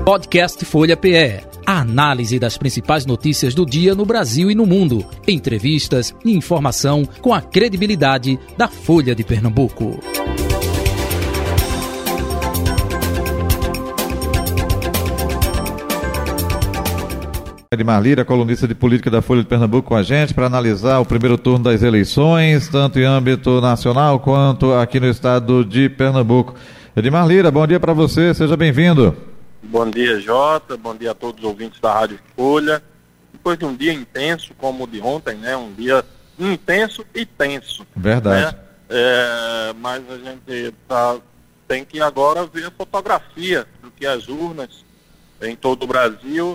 Podcast Folha PE. A análise das principais notícias do dia no Brasil e no mundo. Entrevistas e informação com a credibilidade da Folha de Pernambuco. Edmar Lira, colunista de política da Folha de Pernambuco, com a gente para analisar o primeiro turno das eleições, tanto em âmbito nacional quanto aqui no estado de Pernambuco. Edmar Lira, bom dia para você, seja bem-vindo. Bom dia, Jota, bom dia a todos os ouvintes da Rádio Folha. Depois de um dia intenso como o de ontem, né? Um dia intenso e tenso. Verdade. Né? Mas a gente tem que agora ver a fotografia do que as urnas em todo o Brasil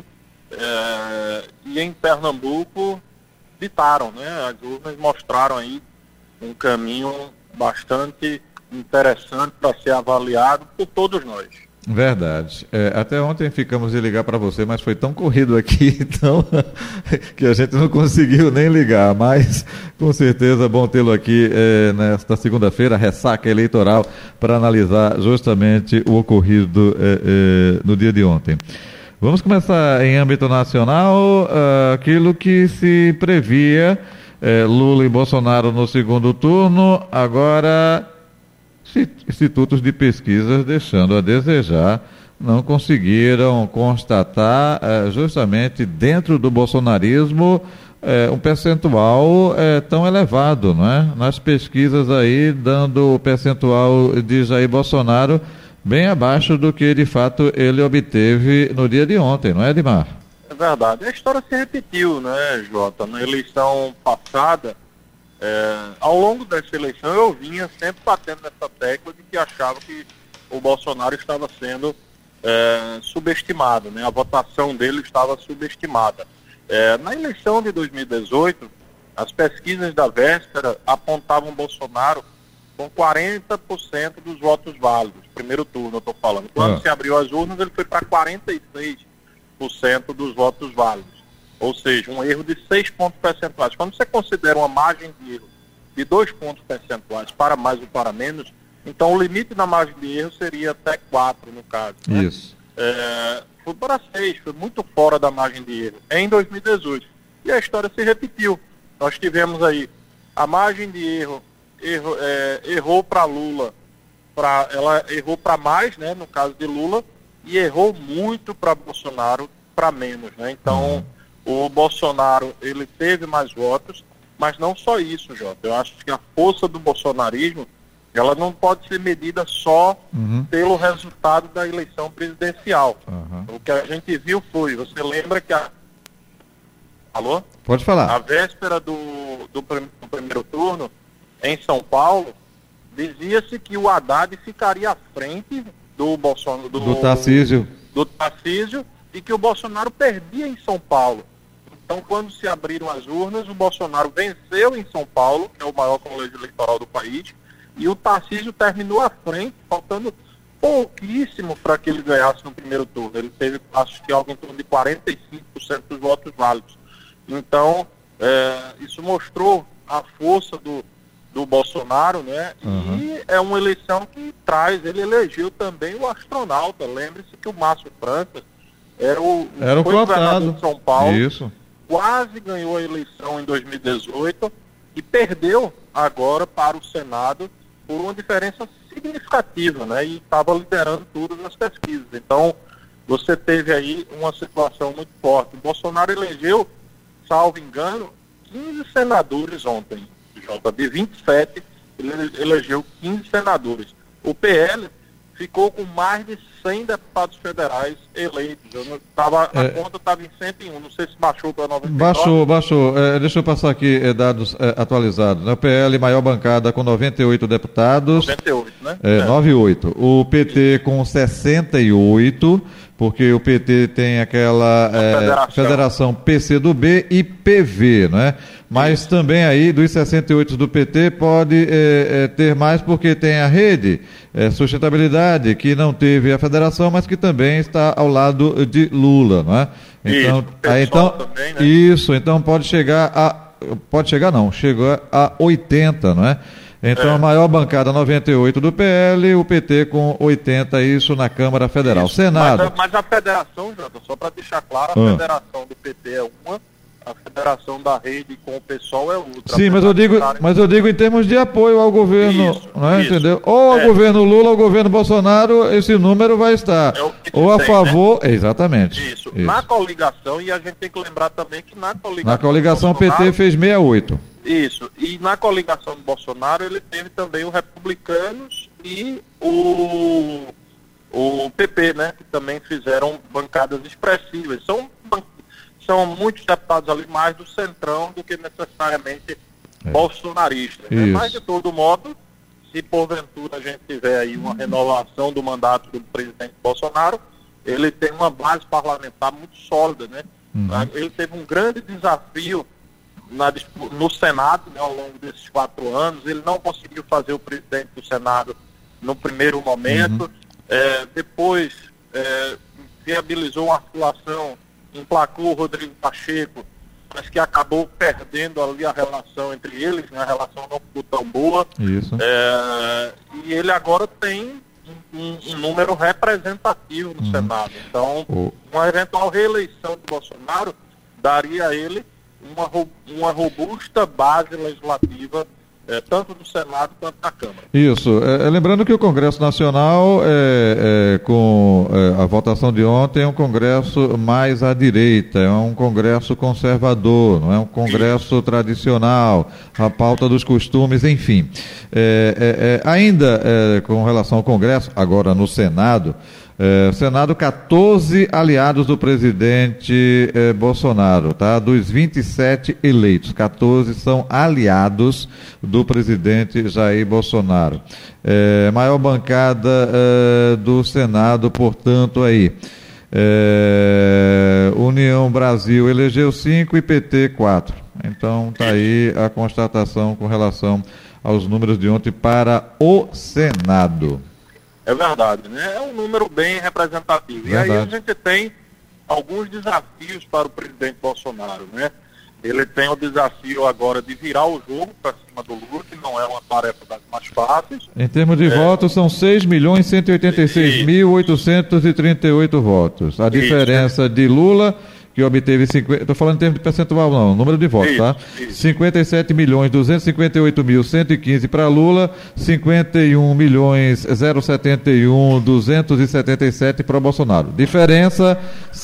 e em Pernambuco ditaram, né? As urnas mostraram aí um caminho bastante interessante para ser avaliado por todos nós. Verdade. Até ontem ficamos de ligar para você, mas foi tão corrido aqui então, que a gente não conseguiu nem ligar, mas com certeza bom tê-lo aqui nesta segunda-feira, ressaca eleitoral, para analisar justamente o ocorrido no dia de ontem. Vamos começar em âmbito nacional, aquilo que se previa, Lula e Bolsonaro no segundo turno, agora institutos de pesquisas deixando a desejar, não conseguiram constatar justamente dentro do bolsonarismo um percentual tão elevado, não é? Nas pesquisas aí, dando o percentual de Jair Bolsonaro bem abaixo do que de fato ele obteve no dia de ontem, não é, Edmar? É verdade. A história se repetiu, né, Jota? Na eleição passada, ao longo dessa eleição eu vinha sempre batendo nessa tecla de que achava que o Bolsonaro estava sendo subestimado, né? A votação dele estava subestimada. Na eleição de 2018, as pesquisas da véspera apontavam Bolsonaro com 40% dos votos válidos, primeiro turno eu estou falando. Quando se abriu as urnas, ele foi para 46% dos votos válidos. Ou seja, um erro de 6 pontos percentuais. Quando você considera uma margem de erro de 2 pontos percentuais para mais ou para menos, então o limite na margem de erro seria até 4, no caso. Né? Isso. Foi para 6, foi muito fora da margem de erro, em 2018. E a história se repetiu. Nós tivemos aí a margem de erro, errou para Lula, ela errou para mais, né, no caso de Lula, e errou muito para Bolsonaro, para menos. Né? Então, o Bolsonaro, ele teve mais votos, mas não só isso, Jota. Eu acho que a força do bolsonarismo, ela não pode ser medida só pelo resultado da eleição presidencial. O que a gente viu foi, você lembra que Alô? Pode falar. A véspera do primeiro turno, em São Paulo, dizia-se que o Haddad ficaria à frente do Bolsonaro, do Tarcísio, e que o Bolsonaro perdia em São Paulo. Então, quando se abriram as urnas, o Bolsonaro venceu em São Paulo, que é o maior colégio eleitoral do país, e o Tarcísio terminou à frente, faltando pouquíssimo para que ele ganhasse no primeiro turno. Ele teve, acho que, algo em torno de 45% dos votos válidos. Então, isso mostrou a força do Bolsonaro, né? E é uma eleição que ele elegeu também o astronauta. Lembre-se que o Márcio França era o governador de São Paulo. Isso. Quase ganhou a eleição em 2018 e perdeu agora para o Senado por uma diferença significativa, né? E estava liderando todas as pesquisas. Então, você teve aí uma situação muito forte. O Bolsonaro elegeu, salvo engano, 15 senadores ontem, Jota. De 27, ele elegeu 15 senadores. O PL ficou com mais de 100 deputados federais eleitos. A conta estava em 101, não sei se baixou para 99. Baixou. Deixa eu passar aqui dados atualizados. O PL, maior bancada, com 98 deputados. 98, né? 98. O PT com 68, porque o PT tem aquela federação PCdoB e PV, não é? Mas também aí, dos 68 do PT, pode ter mais, porque tem a Rede Sustentabilidade, que não teve a federação, mas que também está ao lado de Lula, não é? Então, também, né? Isso, então chegou a 80, não é? Então a maior bancada 98 do PL, o PT com 80, isso na Câmara Federal. Isso. Senado. Mas a federação, Jota, só para deixar claro, a federação do PT é uma, a federação da rede com o PSOL é outra. Sim, mas eu digo em termos de apoio ao governo, isso, entendeu? Ou ao governo Lula ou ao governo Bolsonaro, esse número vai estar. Ou a favor, né? Exatamente. Isso. Na coligação, e a gente tem que lembrar também que na coligação o PT fez 68. Isso. E na coligação do Bolsonaro, ele teve também o Republicanos e o PP, né? Que também fizeram bancadas expressivas. São muitos deputados ali mais do centrão do que necessariamente bolsonaristas. Né? Mas, de todo modo, se porventura a gente tiver aí uma renovação do mandato do presidente Bolsonaro, ele tem uma base parlamentar muito sólida, né? Ele teve um grande desafio no Senado, né, ao longo desses 4 anos. Ele não conseguiu fazer o presidente do Senado no primeiro momento. Depois viabilizou uma articulação, emplacou o Rodrigo Pacheco, mas que acabou perdendo ali a relação entre eles, né? A relação não ficou tão boa. Isso. E ele agora tem um número representativo no Senado. Então, uma eventual reeleição de Bolsonaro daria a ele uma robusta base legislativa, tanto no Senado quanto na Câmara. Isso. Lembrando que o Congresso Nacional, com a votação de ontem, é um Congresso mais à direita, é um Congresso conservador, não é um Congresso tradicional, a pauta dos costumes, enfim. Ainda com relação ao Congresso, agora no Senado, Senado, 14 aliados do presidente Bolsonaro, tá? Dos 27 eleitos, 14 são aliados do presidente Jair Bolsonaro. Maior bancada do Senado, portanto, aí. União Brasil elegeu 5 e PT 4. Então, tá aí a constatação com relação aos números de ontem para o Senado. É verdade, né? É um número bem representativo. Verdade. E aí a gente tem alguns desafios para o presidente Bolsonaro, né? Ele tem o desafio agora de virar o jogo para cima do Lula, que não é uma tarefa das mais fáceis. Em termos de votos, são 6.186.838 votos. A diferença de Lula, que obteve 50, estou falando em termos de percentual não, número de votos, tá? 57.258.115 para Lula, 51.071.277 para Bolsonaro. Diferença,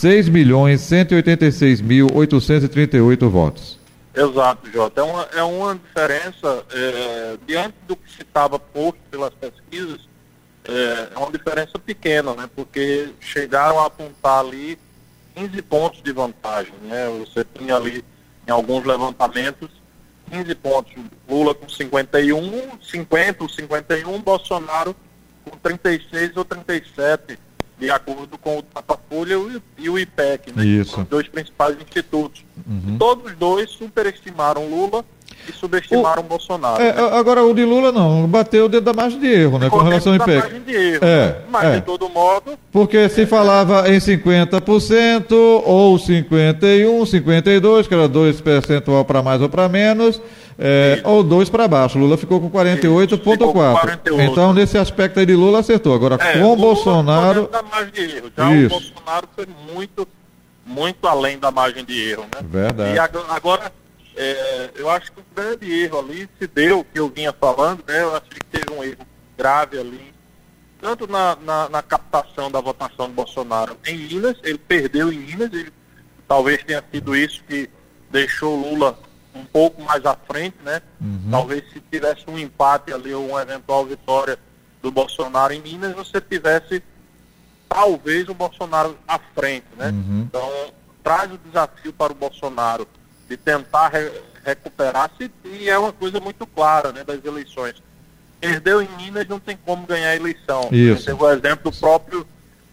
6.186.838 votos. Exato, Jota. É uma diferença, diante do que se estava posto pelas pesquisas, é uma diferença pequena, né? Porque chegaram a apontar ali 15 pontos de vantagem, né? Você tinha ali, em alguns levantamentos, 15 pontos. Lula com 50 ou 51, Bolsonaro com 36 ou 37, de acordo com o Datafolha e o IPEC, né? Isso. Os dois principais institutos. Todos os dois superestimaram Lula e subestimaram Bolsonaro. Né? Agora o de Lula não, bateu o dedo da margem de erro, né? Com relação ao IPEC. Margem de erro, né? Mas de todo modo... Porque se falava em 50% ou 51, 52, que era 2 percentual para mais ou para menos, ou 2 para baixo. Lula ficou com 48,4. Então, nesse aspecto aí de Lula acertou. Agora, com o Bolsonaro... Da margem de erro. Já o Bolsonaro foi muito além da margem de erro, né? Verdade. E agora... eu acho que o grande erro ali se deu, que eu vinha falando, né? Eu acho que teve um erro grave ali, tanto na captação da votação do Bolsonaro em Minas. Ele perdeu em Minas, talvez tenha sido isso que deixou Lula um pouco mais à frente, né? Talvez se tivesse um empate ali ou uma eventual vitória do Bolsonaro em Minas, você tivesse talvez o Bolsonaro à frente, né? Então, traz o desafio para o Bolsonaro de tentar recuperar-se, e é uma coisa muito clara, né, das eleições. Perdeu em Minas, não tem como ganhar a eleição. Isso. Teve o exemplo do próprio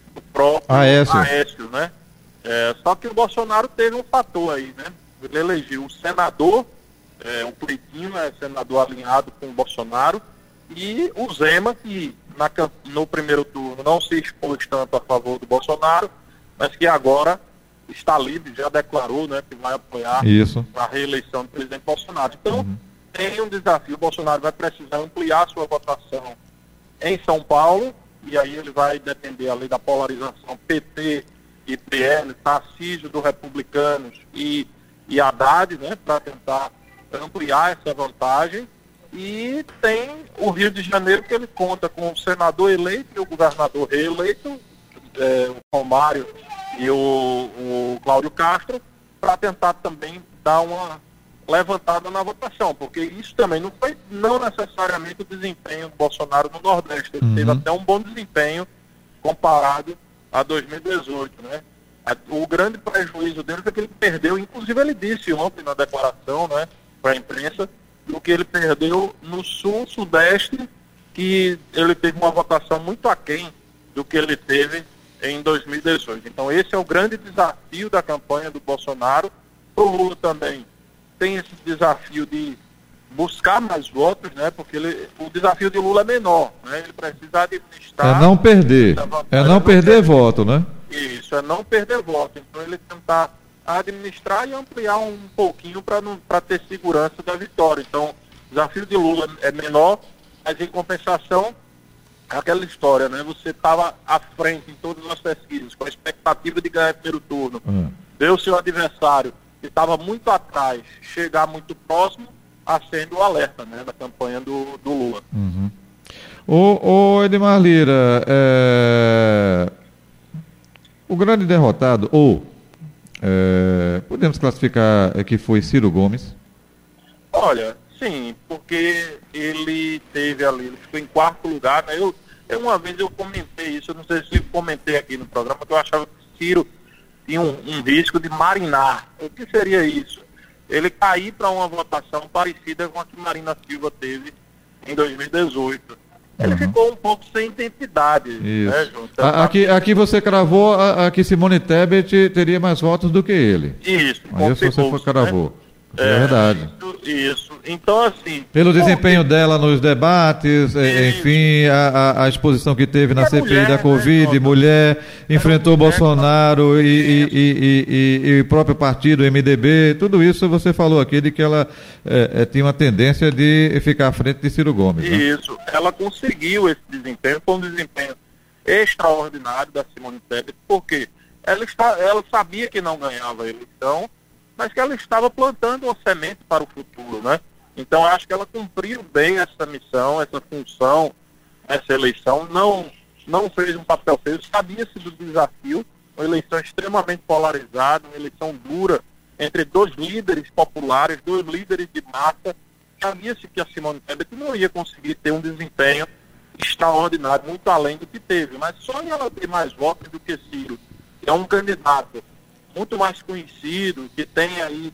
Aécio, né? Só que o Bolsonaro teve um fator aí, né? Ele elegeu o senador, o Cleitinho, senador alinhado com o Bolsonaro, e o Zema, que no primeiro turno não se expôs tanto a favor do Bolsonaro, mas que agora está livre, já declarou, né, que vai apoiar a reeleição do presidente Bolsonaro. Então, tem um desafio. O Bolsonaro vai precisar ampliar sua votação em São Paulo, e aí ele vai depender ali da polarização PT e PL, Tarcísio do Republicanos e Haddad, né, para tentar ampliar essa vantagem. E tem o Rio de Janeiro, que ele conta com o senador eleito e o governador reeleito, o Romário e o Cláudio Castro, para tentar também dar uma levantada na votação, porque isso também não foi necessariamente o desempenho do Bolsonaro no Nordeste. Ele teve até um bom desempenho comparado a 2018, né? O grande prejuízo dele foi que ele perdeu, inclusive ele disse ontem na declaração, né, para a imprensa, do que ele perdeu no Sul, Sudeste, que ele teve uma votação muito aquém do que ele teve em 2018. Então esse é o grande desafio da campanha do Bolsonaro. O Lula também tem esse desafio de buscar mais votos, né? Porque o desafio de Lula é menor, né? Ele precisa administrar... É não perder, voto, né? Isso, é não perder voto. Então ele tentar administrar e ampliar um pouquinho para ter segurança da vitória. Então o desafio de Lula é menor, mas em compensação, aquela história, né? Você estava à frente em todas as pesquisas, com a expectativa de ganhar o primeiro turno. Deu seu adversário, que estava muito atrás, chegar muito próximo, acende o alerta, né, da campanha do Lula. O Edmar Lira, o grande derrotado, podemos classificar que foi Ciro Gomes? Olha, sim, porque ele teve ali, ele ficou em quarto lugar, né? Uma vez eu comentei isso, eu não sei se eu comentei aqui no programa, que eu achava que Ciro tinha um risco de marinar. O que seria isso? Ele cair para uma votação parecida com a que Marina Silva teve em 2018. Ele ficou um pouco sem identidade. Né, João? Aqui você cravou que Simone Tebet teria mais votos do que ele. Isso. Aí você cravou. Né? É verdade. Isso. Então, assim... Pelo desempenho dela nos debates, enfim, a exposição que teve na CPI da Covid, mulher, enfrentou Bolsonaro e o próprio partido, o MDB, tudo isso você falou aqui de que ela tinha uma tendência de ficar à frente de Ciro Gomes. Né? Isso. Ela conseguiu esse desempenho, foi um desempenho extraordinário da Simone Tebet, porque ela sabia que não ganhava a eleição, mas que ela estava plantando uma semente para o futuro, né? Então, acho que ela cumpriu bem essa missão, essa função, essa eleição, não fez um papel feio, sabia-se do desafio, uma eleição extremamente polarizada, uma eleição dura, entre dois líderes populares, dois líderes de massa. Sabia-se que a Simone Tebet não ia conseguir ter um desempenho extraordinário, muito além do que teve, mas só ela ter mais votos do que Ciro, que é um candidato muito mais conhecido, que tem aí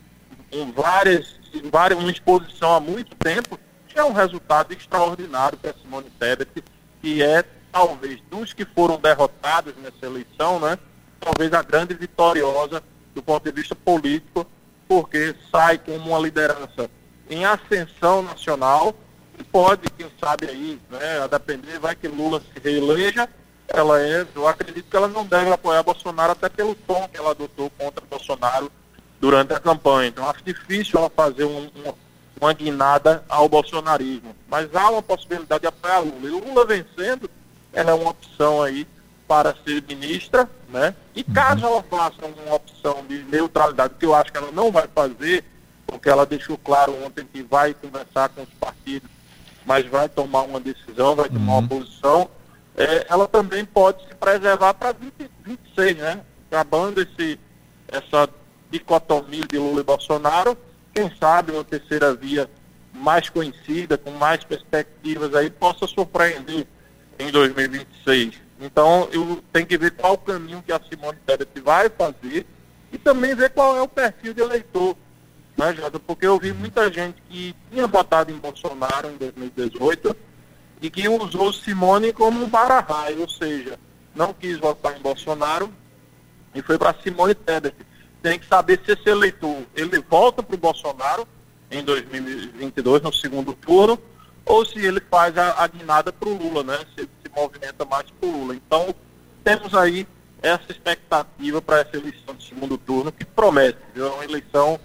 uma exposição há muito tempo, é um resultado extraordinário para Simone Tebet, que é, talvez, dos que foram derrotados nessa eleição, né, talvez a grande vitoriosa do ponto de vista político, porque sai com uma liderança em ascensão nacional, e pode, quem sabe aí, né, a depender, vai que Lula se reeleja, eu acredito que ela não deve apoiar Bolsonaro, até pelo tom que ela adotou contra Bolsonaro durante a campanha. Então acho difícil ela fazer uma guinada ao bolsonarismo. Mas há uma possibilidade de apoiar Lula. E Lula vencendo, ela é uma opção aí para ser ministra, né? E caso ela faça uma opção de neutralidade, que eu acho que ela não vai fazer, porque ela deixou claro ontem que vai conversar com os partidos, mas vai tomar uma decisão, vai tomar uma posição, ela também pode se preservar para 2026, né? Acabando essa dicotomia de Lula e Bolsonaro, quem sabe uma terceira via mais conhecida, com mais perspectivas aí, possa surpreender em 2026. Então, eu tenho que ver qual o caminho que a Simone Tebet vai fazer e também ver qual é o perfil de eleitor, né, Jota? Porque eu vi muita gente que tinha votado em Bolsonaro em 2018 e que usou Simone como um para-raio, ou seja, não quis votar em Bolsonaro e foi para Simone Tebet. Tem que saber se esse eleitor, ele volta para o Bolsonaro em 2022, no segundo turno, ou se ele faz a guinada para o Lula, né? Se movimenta mais para o Lula. Então, temos aí essa expectativa para essa eleição de segundo turno, que promete, viu? É uma eleição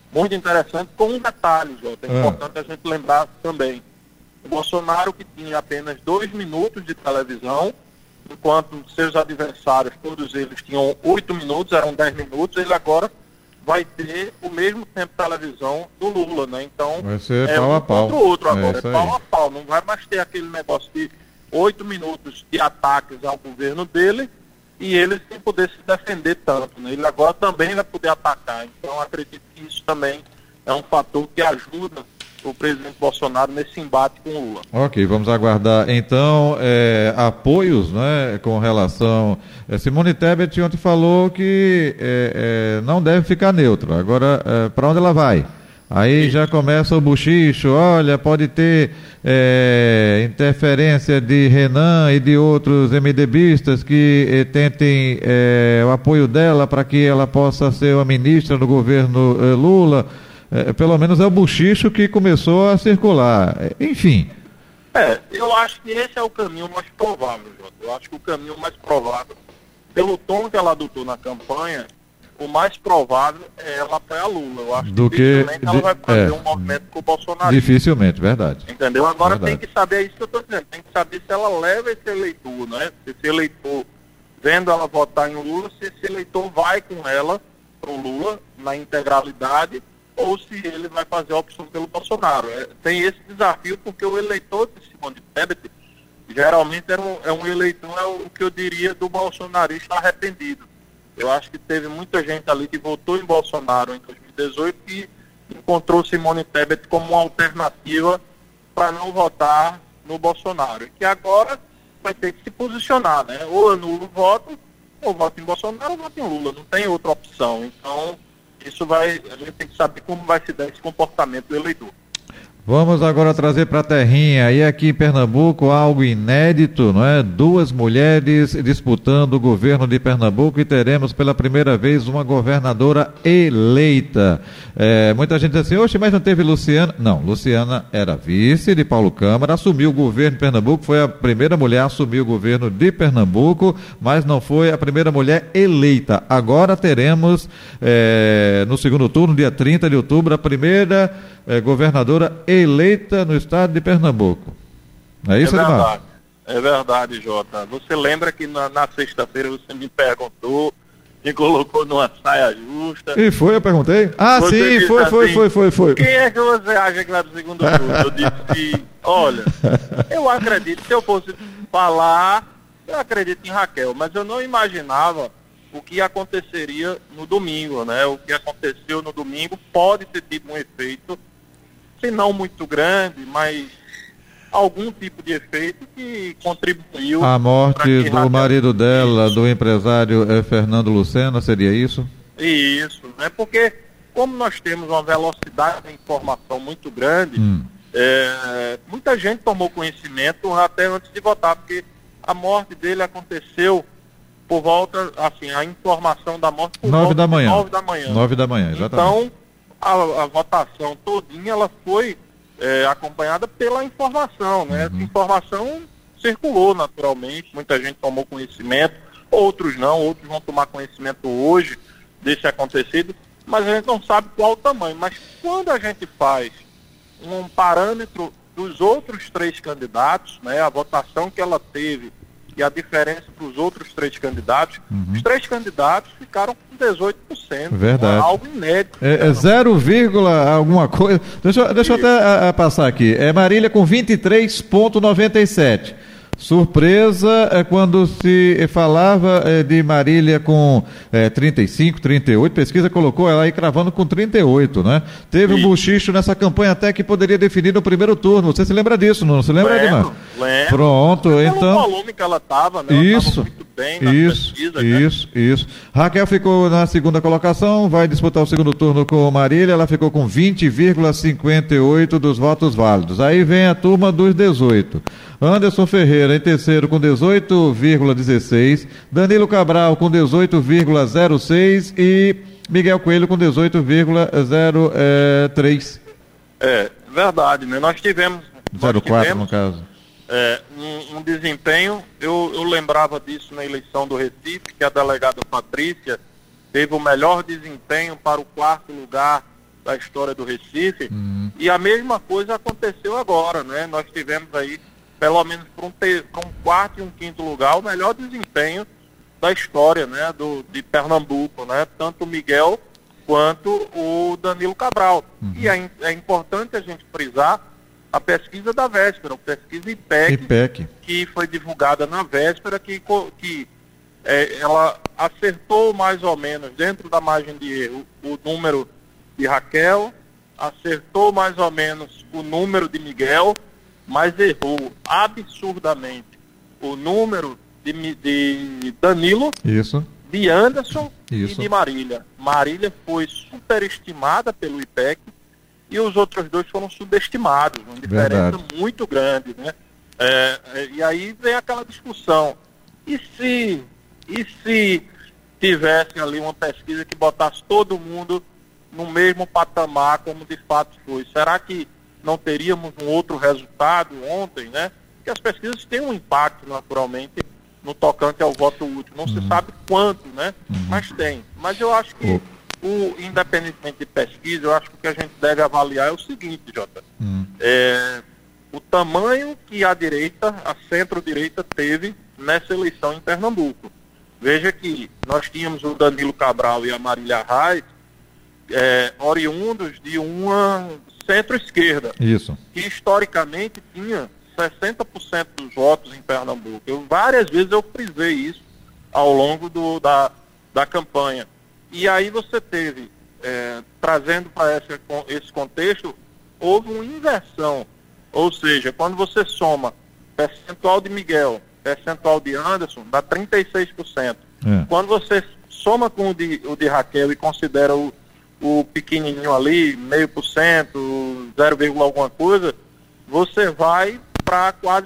muito interessante, com um detalhe, Jota, é importante a gente lembrar também. O Bolsonaro, que tinha apenas 2 minutos de televisão, enquanto seus adversários, todos eles tinham 8 minutos, eram 10 minutos, ele agora vai ter o mesmo tempo de televisão do Lula, né? Então, vai ser pau a pau. Contra o outro agora, é pau a pau, não vai mais ter aquele negócio de 8 minutos de ataques ao governo dele e ele sem poder se defender tanto, né? Ele agora também vai poder atacar, então acredito que isso também é um fator que ajuda o presidente Bolsonaro nesse embate com o Lula. Ok, vamos aguardar então apoios, né, com relação... Simone Tebet ontem falou que não deve ficar neutro. Agora, para onde ela vai? Aí já começa o buchicho, olha, pode ter interferência de Renan e de outros MDBistas que tentem o apoio dela para que ela possa ser uma ministra do governo Lula. Pelo menos é o buchicho que começou a circular. Enfim. Eu acho que esse é o caminho mais provável, Jota. Eu acho que o caminho mais provável, pelo tom que ela adotou na campanha, o mais provável é ela apoiar Lula. Eu acho que dificilmente ela vai fazer um movimento com o Bolsonaro. Dificilmente, verdade. Entendeu? Agora tem que saber, é isso que eu estou dizendo, tem que saber se ela leva esse eleitor, né? Se esse eleitor, vendo ela votar em Lula, se esse eleitor vai com ela para o Lula na integralidade, ou se ele vai fazer a opção pelo Bolsonaro. Tem esse desafio, porque o eleitor de Simone Tebet geralmente é um eleitor, o que eu diria, do bolsonarista arrependido. Eu acho que teve muita gente ali que votou em Bolsonaro em 2018 e encontrou Simone Tebet como uma alternativa para não votar no Bolsonaro. E que agora vai ter que se posicionar, né? Ou anula o voto, ou vota em Bolsonaro, ou vota em Lula. Não tem outra opção. Então, a gente tem que saber como vai se dar esse comportamento do eleitor. Vamos agora trazer para a terrinha, e aqui em Pernambuco, algo inédito, não é? 2 mulheres disputando o governo de Pernambuco e teremos pela primeira vez uma governadora eleita. Muita gente diz assim, oxe, mas não teve Luciana? Não, Luciana era vice de Paulo Câmara, assumiu o governo de Pernambuco, foi a primeira mulher a assumir o governo de Pernambuco, mas não foi a primeira mulher eleita. Agora teremos, no segundo turno, dia 30 de outubro, a primeira governadora eleita no estado de Pernambuco. Não é isso, Edmar? É verdade, Jota. Você lembra que na sexta-feira você me perguntou, me colocou numa saia justa. E foi, eu perguntei? Você sim, foi. Quem é que você acha que vai pro segundo turno? Eu disse que, olha, eu acredito, se eu fosse falar, eu acredito em Raquel, mas eu não imaginava o que aconteceria no domingo, né? O que aconteceu no domingo pode ter tido um efeito, se não muito grande, mas algum tipo de efeito que contribuiu. A morte do marido dela, do empresário Fernando Lucena, seria isso? Isso, né? Porque como nós temos uma velocidade de informação muito grande, muita gente tomou conhecimento até antes de votar, porque a morte dele aconteceu por volta, assim, a informação da morte por 9 da manhã. 9 da manhã. 9 da manhã, exatamente. Então, a votação todinha, ela foi acompanhada pela informação, né? Essa informação circulou naturalmente, muita gente tomou conhecimento, outros não, outros vão tomar conhecimento hoje desse acontecido, mas a gente não sabe qual o tamanho. Mas quando a gente faz um parâmetro dos outros 3 candidatos, né? A votação que ela teve e a diferença para os outros 3 candidatos, os 3 candidatos ficaram com 18%. Verdade. Algo inédito. 0, alguma coisa. Deixa eu até passar aqui. Marília com 23,97%. Surpresa quando se falava de Marília com 35, 38, pesquisa colocou ela aí cravando com 38, né? Teve um buchicho nessa campanha até que poderia definir no primeiro turno. Você se lembra disso, não se lembra, Edmar? Lembro. Pronto, então... Pelo volume que ela estava, né? Isso, muito bem na pesquisa, isso. Raquel ficou na segunda colocação, vai disputar o segundo turno com Marília, ela ficou com 20,58 dos votos válidos. Aí vem a turma dos 18. Anderson Ferreira em terceiro com 18,16, Danilo Cabral com 18,06 e Miguel Coelho com 18,03. Verdade, né? Nós tivemos 0,4 no caso. Um desempenho, eu lembrava disso na eleição do Recife, que a delegada Patrícia teve o melhor desempenho para o 4º lugar da história do Recife, e a mesma coisa aconteceu agora, né? Nós tivemos aí, pelo menos para um quarto e um quinto lugar, o melhor desempenho da história, né, de Pernambuco, né? Tanto o Miguel quanto o Danilo Cabral. E é importante a gente frisar a pesquisa da véspera, a pesquisa IPEC, que foi divulgada na véspera, que ela acertou mais ou menos, dentro da margem de erro, o número de Raquel, acertou mais ou menos o número de Miguel, mas errou absurdamente o número de Danilo, de Anderson e de Marília. Marília foi superestimada pelo IPEC e os outros dois foram subestimados, uma diferença muito grande, né? E aí vem aquela discussão. E se tivesse ali uma pesquisa que botasse todo mundo no mesmo patamar como de fato foi? Será que não teríamos um outro resultado ontem, né? Porque as pesquisas têm um impacto, naturalmente, no tocante ao voto útil. Não se sabe quanto, né? Mas tem. Mas eu acho que, independentemente de pesquisa, eu acho que o que a gente deve avaliar é o seguinte, Jota. O tamanho que a centro-direita teve nessa eleição em Pernambuco. Veja que nós tínhamos o Danilo Cabral e a Marília Reis oriundos de uma centro-esquerda, que historicamente tinha 60% dos votos em Pernambuco. Várias vezes eu frisei isso ao longo da campanha. E aí você teve, trazendo para esse contexto, houve uma inversão. Ou seja, quando você soma percentual de Miguel, percentual de Anderson, dá 36%. Quando você soma com o de Raquel e considera o pequenininho ali, 0,5%, 0, alguma coisa, você vai para quase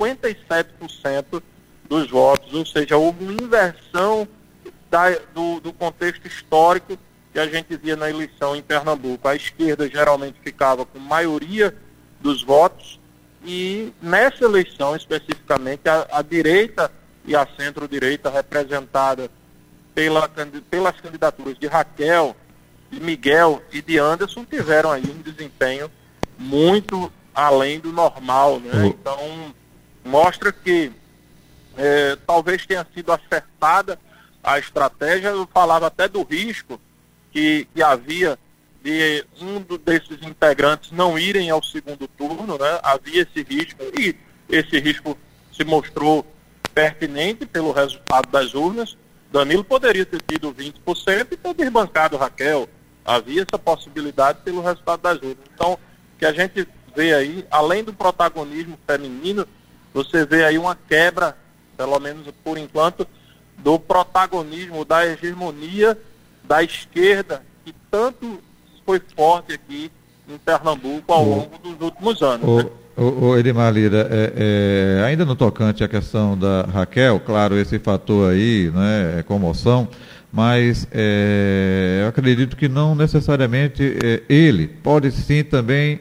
57% dos votos. Ou seja, houve uma inversão do contexto histórico que a gente via na eleição em Pernambuco. A esquerda geralmente ficava com maioria dos votos e nessa eleição especificamente a direita e a centro-direita, representada pelas candidaturas de Raquel, de Miguel e de Anderson, tiveram aí um desempenho muito além do normal, né? Então mostra que talvez tenha sido acertada a estratégia. Eu falava até do risco que havia de desses integrantes não irem ao segundo turno, né? Havia esse risco, e esse risco se mostrou pertinente pelo resultado das urnas. Danilo poderia ter tido 20% e ter desbancado Raquel. Havia essa possibilidade pelo resultado das urnas. Então, que a gente vê aí, além do protagonismo feminino, você vê aí uma quebra, pelo menos por enquanto, do protagonismo, da hegemonia da esquerda, que tanto foi forte aqui em Pernambuco ao longo dos últimos anos. Edmar Lira, ainda no tocante à questão da Raquel, claro, esse fator aí, né, é comoção, mas eu acredito que não necessariamente ele, pode sim também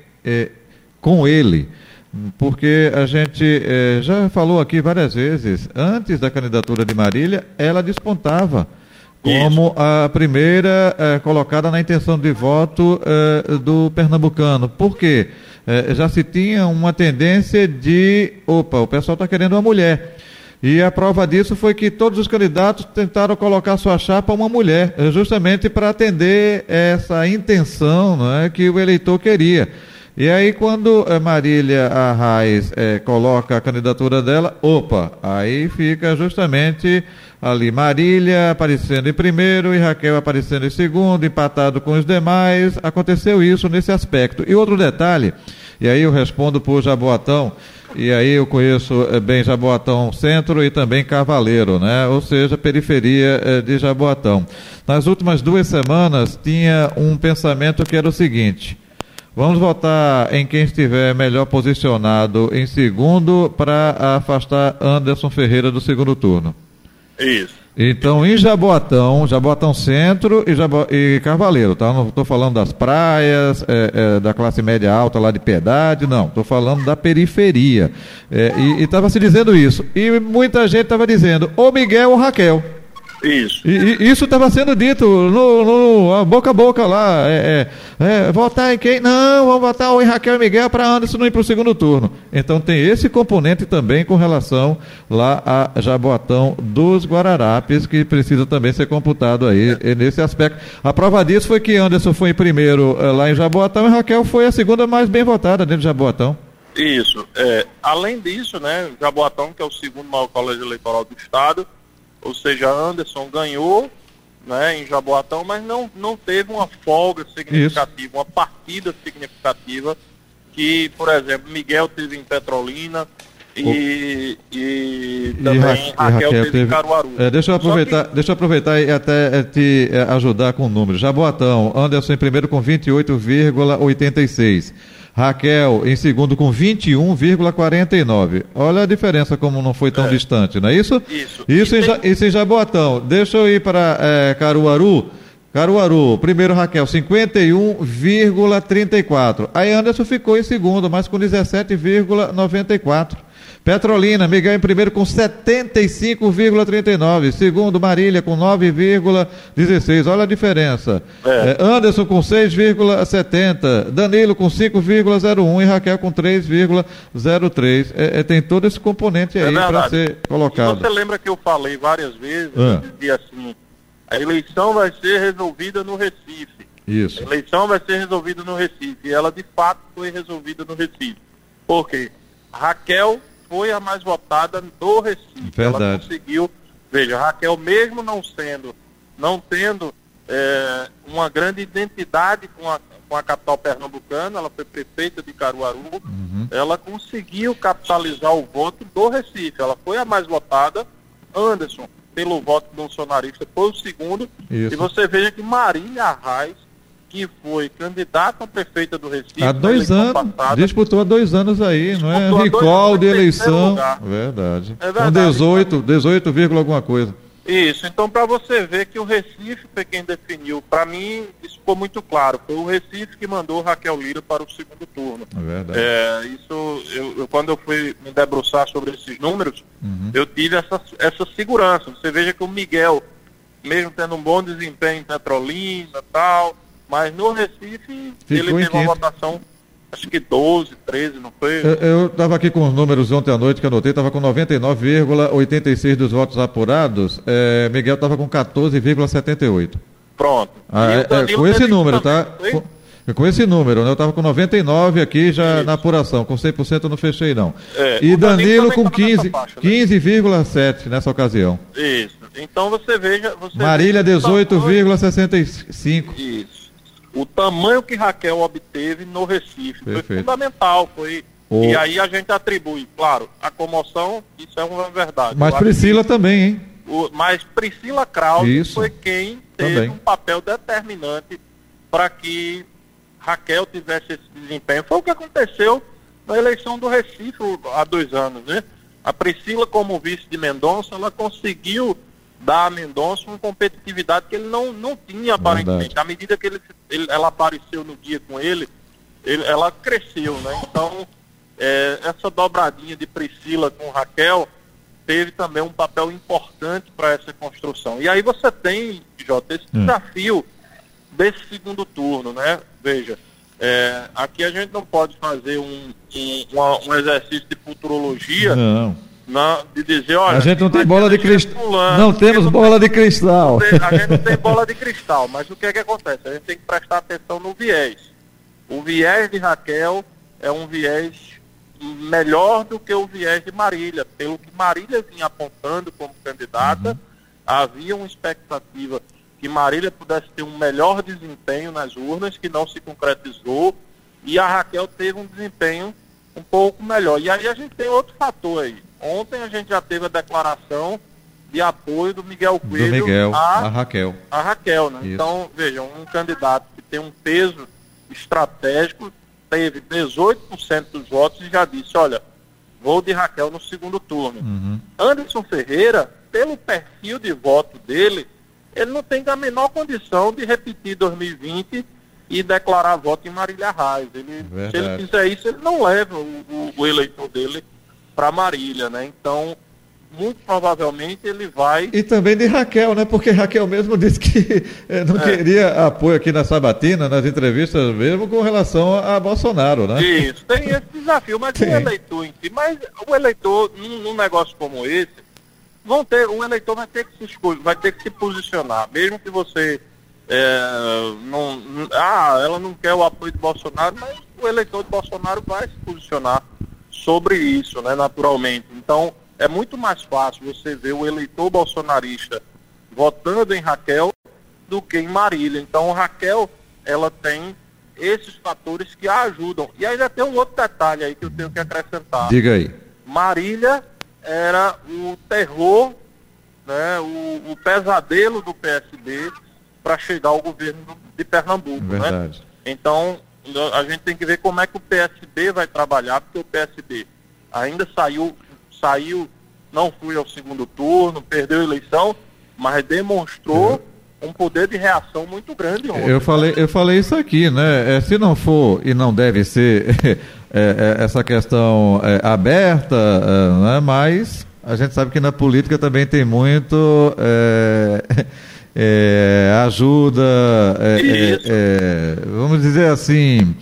com ele, porque a gente já falou aqui várias vezes, antes da candidatura de Marília, ela despontava como a primeira colocada na intenção de voto do pernambucano. Por quê? Já se tinha uma tendência de, o pessoal está querendo uma mulher. E a prova disso foi que todos os candidatos tentaram colocar sua chapa uma mulher, justamente para atender essa intenção, né, que o eleitor queria. E aí quando Marília Arraes coloca a candidatura dela, aí fica justamente ali Marília aparecendo em primeiro e Raquel aparecendo em segundo, empatado com os demais. Aconteceu isso nesse aspecto. E outro detalhe, e aí eu respondo por Jaboatão, e aí eu conheço bem Jaboatão Centro e também Cavaleiro, né? Ou seja, periferia de Jaboatão. Nas últimas 2 semanas tinha um pensamento que era o seguinte: vamos votar em quem estiver melhor posicionado em segundo para afastar Anderson Ferreira do segundo turno. Isso. Então, em Jaboatão Centro e Cavaleiro, tá? Não estou falando das praias, da classe média alta lá de Piedade, não. Estou falando da periferia. E estava se dizendo isso. E muita gente estava dizendo, ou Miguel ou Raquel. Isso. E isso estava sendo dito no boca a boca lá. Votar em quem? Não, vamos votar em Raquel e Miguel para Anderson não ir para o segundo turno. Então tem esse componente também com relação lá a Jaboatão dos Guararapes, que precisa também ser computado aí nesse aspecto. A prova disso foi que Anderson foi em primeiro lá em Jaboatão e Raquel foi a segunda mais bem votada dentro de Jaboatão. Isso. Além disso, né, Jaboatão, que é o segundo maior colégio eleitoral do estado, ou seja, Anderson ganhou, né, em Jaboatão, mas não teve uma folga significativa, uma partida significativa que, por exemplo, Miguel teve em Petrolina e também Raquel teve em Caruaru. Deixa eu aproveitar e até te ajudar com o número. Jaboatão, Anderson em primeiro com 28,86. Raquel em segundo com 21,49. Olha a diferença como não foi tão distante, não é isso? Isso em Jaboatão. Deixa eu ir para Caruaru. Caruaru, primeiro Raquel, 51,34. Aí Anderson ficou em segundo, mas com 17,94. Petrolina, Miguel em primeiro com 75,39. Segundo, Marília com 9,16. Olha a diferença. Anderson com 6,70. Danilo com 5,01 e Raquel com 3,03. Tem todo esse componente aí para ser colocado. E você lembra que eu falei várias vezes, eu dizia assim, a eleição vai ser resolvida no Recife. Isso. A eleição vai ser resolvida no Recife. E ela de fato foi resolvida no Recife. Por quê? Raquel foi a mais votada do Recife. Verdade. Ela conseguiu, veja, Raquel mesmo não tendo uma grande identidade com a capital pernambucana, ela foi prefeita de Caruaru, ela conseguiu capitalizar o voto do Recife, ela foi a mais votada. Anderson, pelo voto bolsonarista, foi o segundo. Isso. E você veja que Marília Arraes, que foi candidata a prefeita do Recife há 2 anos, passada, disputou há 2 anos aí, não é? Recall de eleição. Verdade. Com 18, alguma coisa. Isso, então para você ver que o Recife foi quem definiu, para mim isso ficou muito claro, foi o Recife que mandou Raquel Lira para o segundo turno. É verdade. Quando eu fui me debruçar sobre esses números, eu tive essa segurança. Você veja que o Miguel, mesmo tendo um bom desempenho em Petrolina e tal, mas no Recife ele teve uma votação, acho que 12, 13, não foi? Eu estava aqui com os números ontem à noite que anotei, estava com 99,86 dos votos apurados, Miguel estava com 14,78. Pronto. Com esse número, tá? Com esse número, né? Eu estava com 99 aqui já na apuração, com 100% eu não fechei não. E Danilo com 15,7 nessa ocasião. Isso. Então você veja... Marília 18,65. Isso. O tamanho que Raquel obteve no Recife foi fundamental, e aí a gente atribui, claro, a comoção, isso é uma verdade. Mas Priscila também, hein? Mas Priscila Krause foi quem teve um papel determinante para que Raquel tivesse esse desempenho. Foi o que aconteceu na eleição do Recife há 2 anos, né? A Priscila, como vice de Mendonça, ela conseguiu dar a Mendonça uma competitividade que ele não tinha aparentemente. À medida que ela apareceu no dia com ela cresceu, né? Então, essa dobradinha de Priscila com Raquel teve também um papel importante para essa construção. E aí você tem, Jota, esse desafio desse segundo turno, né? Veja, aqui a gente não pode fazer um exercício de futurologia. De dizer, olha, a gente não tem bola de cristal. Não temos bola de cristal. A gente não tem bola de cristal, mas o que é que acontece? A gente tem que prestar atenção no viés. O viés de Raquel é um viés melhor do que o viés de Marília. Pelo que Marília vinha apontando como candidata, havia uma expectativa que Marília pudesse ter um melhor desempenho nas urnas, que não se concretizou, e a Raquel teve um desempenho um pouco melhor. E aí a gente tem outro fator aí. Ontem a gente já teve a declaração de apoio do Miguel Coelho a Raquel. A Raquel, né? Então, vejam, um candidato que tem um peso estratégico, teve 18% dos votos e já disse, olha, vou de Raquel no segundo turno. Anderson Ferreira, pelo perfil de voto dele, ele não tem a menor condição de repetir 2020 e declarar voto em Marília Arraes. Se ele fizer isso, ele não leva o eleitor dele para Marília, né? Então, muito provavelmente ele vai... E também de Raquel, né? Porque Raquel mesmo disse que não queria apoio aqui na Sabatina, nas entrevistas mesmo, com relação a Bolsonaro, né? Isso, tem esse desafio, mas o eleitor em si, o eleitor, num negócio como esse, o eleitor vai ter que se posicionar, mesmo que você ela não quer o apoio de Bolsonaro, mas o eleitor de Bolsonaro vai se posicionar sobre isso, né, naturalmente. Então, é muito mais fácil você ver o eleitor bolsonarista votando em Raquel do que em Marília. Então, Raquel, ela tem esses fatores que a ajudam. E aí já tem um outro detalhe aí que eu tenho que acrescentar. Diga aí. Marília era o terror, né, o pesadelo do PSB para chegar ao governo de Pernambuco. Verdade. Né? Então, a gente tem que ver como é que o PSB vai trabalhar, porque o PSB ainda saiu, não foi ao segundo turno, perdeu a eleição, mas demonstrou um poder de reação muito grande ontem. Eu falei isso aqui, né? Se não for e não deve ser essa questão aberta, né? Mas a gente sabe que na política também tem muito ajuda, vamos dizer assim,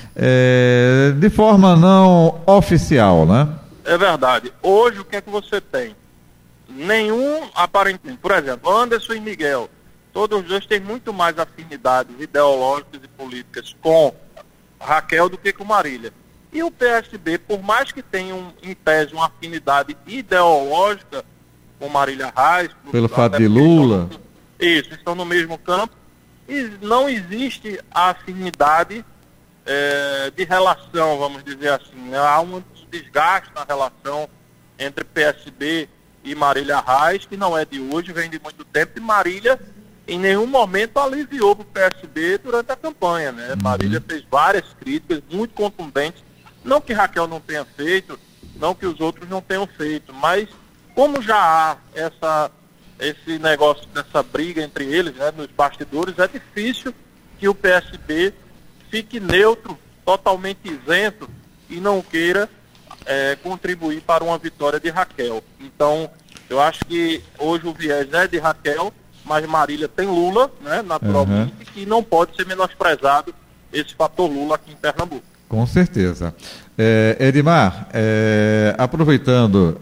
de forma não oficial, né? É verdade. Hoje o que é que você tem? Nenhum, aparentemente, por exemplo, Anderson e Miguel, todos os dois têm muito mais afinidades ideológicas e políticas com Raquel do que com Marília. E o PSB, por mais que tenha em tese uma afinidade ideológica com Marília Reis, pelo fato de Lula, estão no mesmo campo, e não existe a afinidade de relação, vamos dizer assim, né? Há um desgaste na relação entre PSB e Marília Reis, que não é de hoje, vem de muito tempo, e Marília em nenhum momento aliviou para o PSB durante a campanha, né? Marília fez várias críticas muito contundentes, não que Raquel não tenha feito, não que os outros não tenham feito, mas como já há esse negócio dessa briga entre eles, né, nos bastidores, é difícil que o PSB fique neutro, totalmente isento e não queira contribuir para uma vitória de Raquel. Então, eu acho que hoje o viés é de Raquel, mas Marília tem Lula, né, naturalmente, que não pode ser menosprezado esse fator Lula aqui em Pernambuco. Com certeza. Edmar, aproveitando,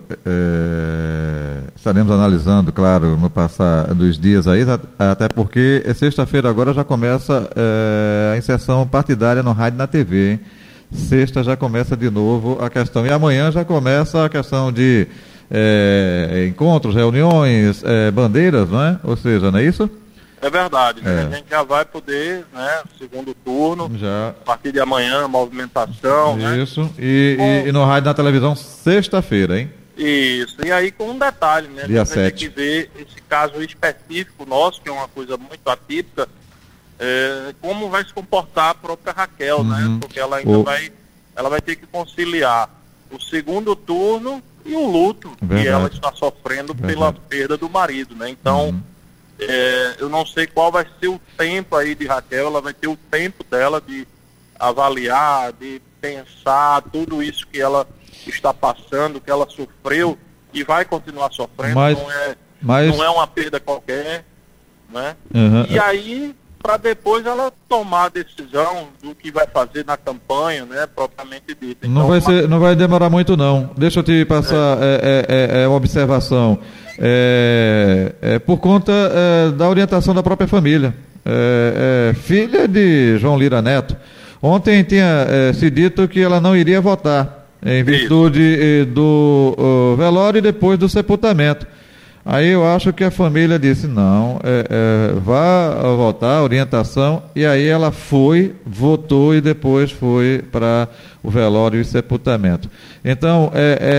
estaremos analisando, claro, no passar dos dias aí, até porque sexta-feira agora já começa a inserção partidária no rádio e na TV, hein? Sexta já começa de novo a questão, e amanhã já começa a questão de encontros, reuniões, bandeiras, não é? Ou seja, não é isso? É verdade, né? A gente já vai poder, né, segundo turno, a partir de amanhã, movimentação, isso, né? E no rádio e na televisão, sexta-feira, hein? Isso, e aí com um detalhe, né? Dia a gente 7. tem que ver esse caso específico nosso, que é uma coisa muito atípica, como vai se comportar a própria Raquel, né? Porque ela ainda vai ter que conciliar o segundo turno e o luto que ela está sofrendo pela perda do marido, né? Então, eu não sei qual vai ser o tempo aí de Raquel, ela vai ter o tempo dela de avaliar, de pensar tudo isso que ela está passando, que ela sofreu e vai continuar sofrendo, não é uma perda qualquer, né? E aí, para depois ela tomar a decisão do que vai fazer na campanha, né, propriamente dita. Então, não vai demorar muito não. Deixa eu te passar uma observação. Por conta da orientação da própria família. Filha de João Lira Neto. Ontem tinha se dito que ela não iria votar, em virtude do velório e depois do sepultamento. Aí eu acho que a família disse, não, vá votar, orientação, e aí ela votou e depois foi para o velório e sepultamento. Então,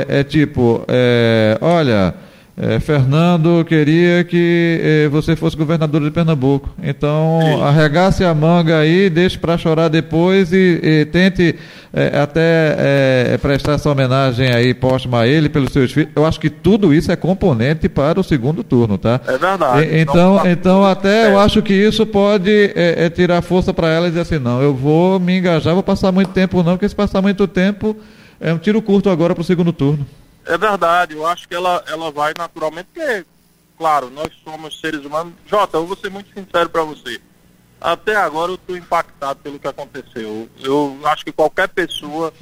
olha, Fernando queria que você fosse governador de Pernambuco, então arregace a manga aí, deixe para chorar depois e tente até prestar essa homenagem aí póstuma a ele pelos seus filhos. Eu acho que tudo isso é componente para o segundo turno, tá? É verdade. Então eu acho que isso pode tirar força para ela e dizer assim, não, eu vou me engajar, vou passar muito tempo não, porque se passar muito tempo é um tiro curto agora para o segundo turno. É verdade, eu acho que ela vai naturalmente, porque, claro, nós somos seres humanos. Jota, eu vou ser muito sincero para você. Até agora eu estou impactado pelo que aconteceu. Eu acho que qualquer pessoa...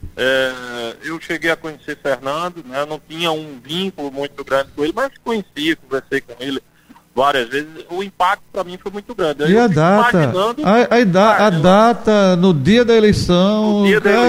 eu cheguei a conhecer Fernando, né? Eu não tinha um vínculo muito grande com ele, mas conheci, conversei com ele várias vezes. O impacto para mim foi muito grande. E a data? A data no dia da eleição,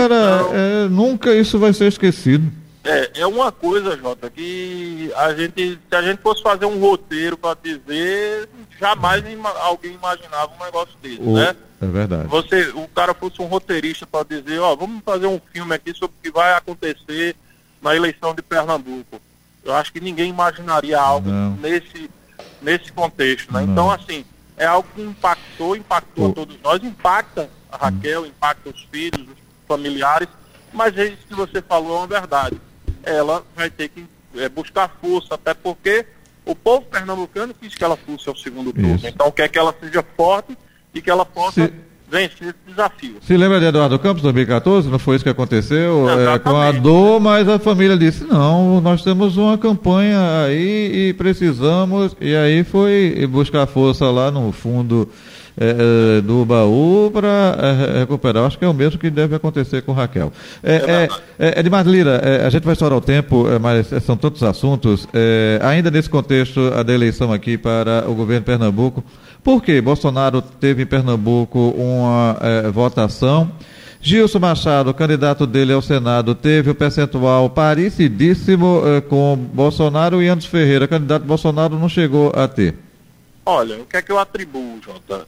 nunca isso vai ser esquecido. É uma coisa, Jota, que se a gente fosse fazer um roteiro para dizer, jamais alguém imaginava um negócio desse, né? É verdade. O cara fosse um roteirista para dizer, vamos fazer um filme aqui sobre o que vai acontecer na eleição de Pernambuco. Eu acho que ninguém imaginaria algo nesse contexto, né? Então, assim, é algo que impactou a todos nós, impacta a Raquel, impacta os filhos, os familiares, mas é isso que você falou, é uma verdade. Ela vai ter que buscar força, até porque o povo pernambucano quis que ela fosse ao segundo turno. Isso. Então quer que ela seja forte e que ela possa vencer esse desafio. Se lembra de Eduardo Campos, 2014? Não foi isso que aconteceu? Com a dor, mas a família disse, não, nós temos uma campanha aí e precisamos, e aí foi buscar força lá no fundo do baú para recuperar. Acho que é o mesmo que deve acontecer com Raquel. Edmar Lira, a gente vai estourar o tempo, mas são tantos assuntos. Ainda nesse contexto da eleição aqui para o governo de Pernambuco, por que Bolsonaro teve em Pernambuco uma votação? Gilson Machado, candidato dele ao Senado, teve o percentual parecidíssimo com Bolsonaro, e Anderson Ferreira, candidato de Bolsonaro, não chegou a ter. Olha, o que é que eu atribuo, Jota?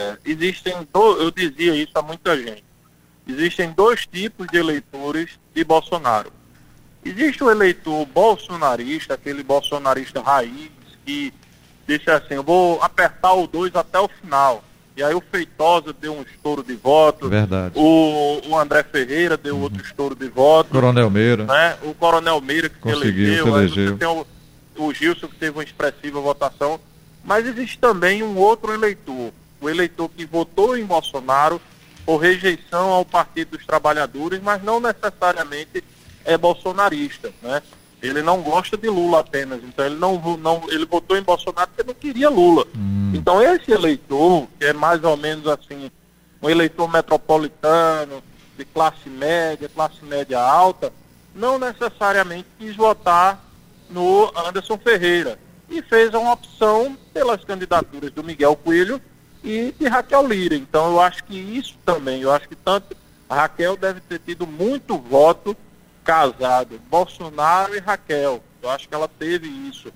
Eu dizia isso a muita gente. Existem dois tipos de eleitores de Bolsonaro. Existe o eleitor bolsonarista, aquele bolsonarista raiz, que disse assim, eu vou apertar o 2 até o final. E aí o Feitosa deu um estouro de voto. Verdade. O André Ferreira deu outro estouro de voto. Coronel Meira. Né? O Coronel Meira que conseguiu, se elegeu. Você tem o Gilson que teve uma expressiva votação. Mas existe também um outro eleitor, o eleitor que votou em Bolsonaro por rejeição ao Partido dos Trabalhadores, mas não necessariamente é bolsonarista, né? Ele não gosta de Lula apenas, então ele votou em Bolsonaro porque não queria Lula. Então esse eleitor, que é mais ou menos assim, um eleitor metropolitano, de classe média alta, não necessariamente quis votar no Anderson Ferreira. E fez uma opção pelas candidaturas do Miguel Coelho e de Raquel Lira. Então eu acho que isso também, eu acho que tanto a Raquel deve ter tido muito voto casado, Bolsonaro e Raquel. Eu acho que ela teve isso.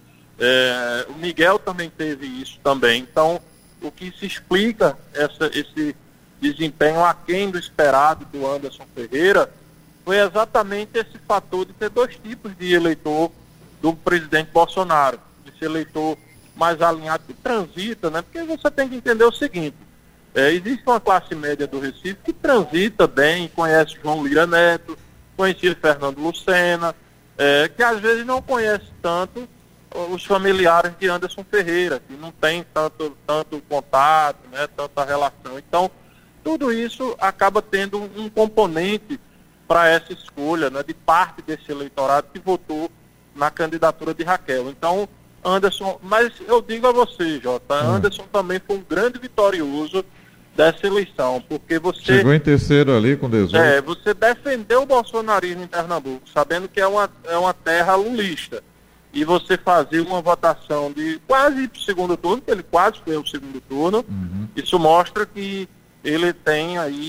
O Miguel também teve isso também. Então, o que se explica esse desempenho aquém do esperado do Anderson Ferreira foi exatamente esse fator de ter dois tipos de eleitor do presidente Bolsonaro. Esse eleitor mais alinhado que transita, né? Porque você tem que entender o seguinte, existe uma classe média do Recife que transita bem, conhece João Lira Neto, conhecia Fernando Lucena, que às vezes não conhece tanto os familiares de Anderson Ferreira, que não tem tanto contato, né? Tanta relação. Então, tudo isso acaba tendo um componente para essa escolha, né? De parte desse eleitorado que votou na candidatura de Raquel. Então, Anderson, mas eu digo a você, Jota, Anderson também foi um grande vitorioso dessa eleição, porque você... Chegou em terceiro ali com 18. Você defendeu o bolsonarismo em Pernambuco, sabendo que é uma terra lulista, e você fazer uma votação de quase para o segundo turno, que ele quase foi ao segundo turno, isso mostra que ele tem aí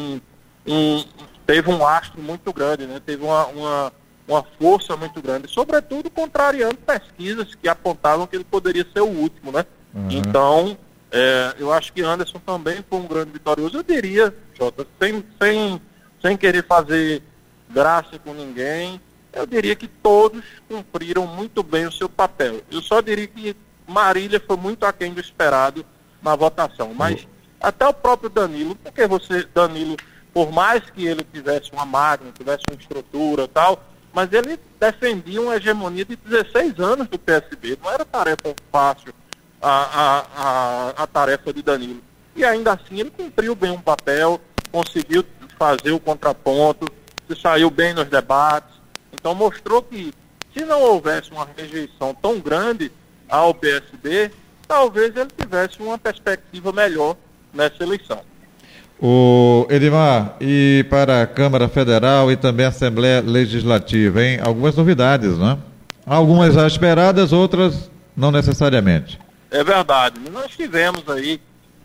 teve um astro muito grande, né? Teve uma força muito grande, sobretudo contrariando pesquisas que apontavam que ele poderia ser o último, né? Então, eu acho que Anderson também foi um grande vitorioso. Eu diria, Jota, sem querer fazer graça com ninguém, eu diria que todos cumpriram muito bem o seu papel. Eu só diria que Marília foi muito aquém do esperado na votação, mas até o próprio Danilo, porque Danilo, por mais que ele tivesse uma máquina, tivesse uma estrutura e tal, mas ele defendia uma hegemonia de 16 anos do PSB. Não era tarefa fácil a tarefa de Danilo. E ainda assim ele cumpriu bem um papel, conseguiu fazer o contraponto, se saiu bem nos debates. Então Então mostrou que se não houvesse uma rejeição tão grande ao PSB, talvez ele tivesse uma perspectiva melhor nessa eleição. O Edmar, e para a Câmara Federal e também a Assembleia Legislativa, hein? Algumas novidades, né? Algumas já esperadas, outras não necessariamente. É verdade. Nós tivemos aí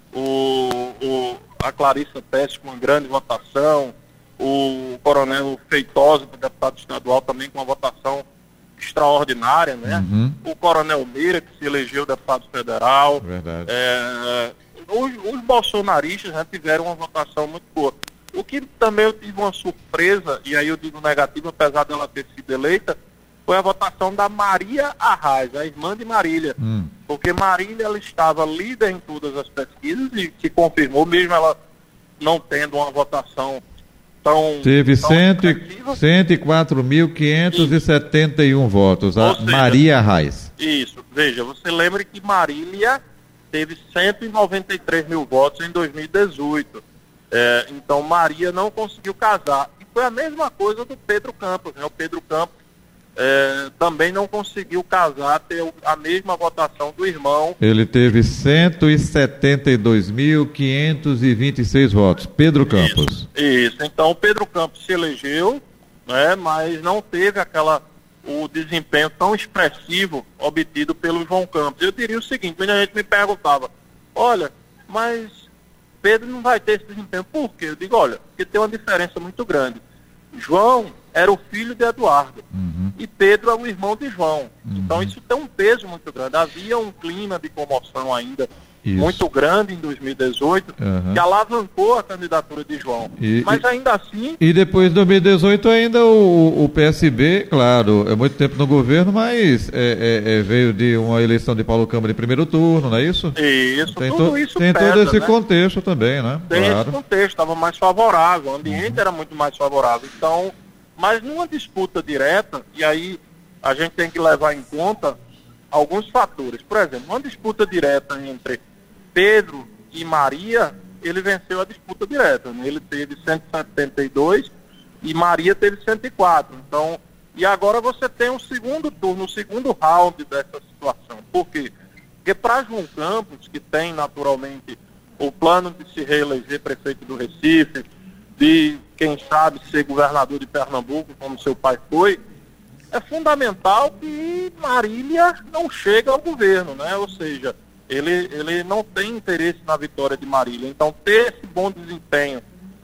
a Clarissa Peste com uma grande votação, o Coronel Feitosa, deputado estadual, também com uma votação extraordinária, né? O Coronel Meira, que se elegeu deputado federal. Verdade. Os bolsonaristas, né, tiveram uma votação muito boa. O que também eu tive uma surpresa, e aí eu digo negativa, apesar dela ter sido eleita, foi a votação da Maria Arraes, a irmã de Marília. Porque Marília, ela estava líder em todas as pesquisas e se confirmou, mesmo ela não tendo uma votação tão... Teve 104.571 votos, a seja, Maria Arraes. Isso. Veja, você lembra que Marília teve 193 mil votos em 2018. Então Maria não conseguiu casar. E foi a mesma coisa do Pedro Campos, né? O Pedro Campos também não conseguiu casar, ter a mesma votação do irmão. Ele teve 172.526 votos. Pedro Campos. Isso. Então o Pedro Campos se elegeu, né? Mas não teve o desempenho tão expressivo obtido pelo João Campos. Eu diria o seguinte, muita gente me perguntava, olha, mas Pedro não vai ter esse desempenho. Por quê? Eu digo, olha, porque tem uma diferença muito grande. João era o filho de Eduardo e Pedro é o irmão de João. Então isso tem um peso muito grande. Havia um clima de comoção ainda muito grande em 2018, que alavancou a candidatura de João. Mas ainda assim... E depois de 2018 ainda o PSB, claro, é muito tempo no governo, mas veio de uma eleição de Paulo Câmara em primeiro turno, não é isso? Isso, tem tudo isso tem pesa, todo esse né? contexto também, né? Tem esse contexto, estava mais favorável, o ambiente era muito mais favorável. Então, mas numa disputa direta, e aí a gente tem que levar em conta alguns fatores. Por exemplo, uma disputa direta entre Pedro e Maria, ele venceu a disputa direta, né? Ele teve 172 e Maria teve 104. Então, e agora você tem um segundo turno, um segundo round dessa situação. Por quê? Porque para João Campos, que tem naturalmente o plano de se reeleger prefeito do Recife, de, quem sabe, ser governador de Pernambuco, como seu pai foi, é fundamental que Marília não chegue ao governo, né? Ou seja, ele não tem interesse na vitória de Marília. Então, ter esse bom desempenho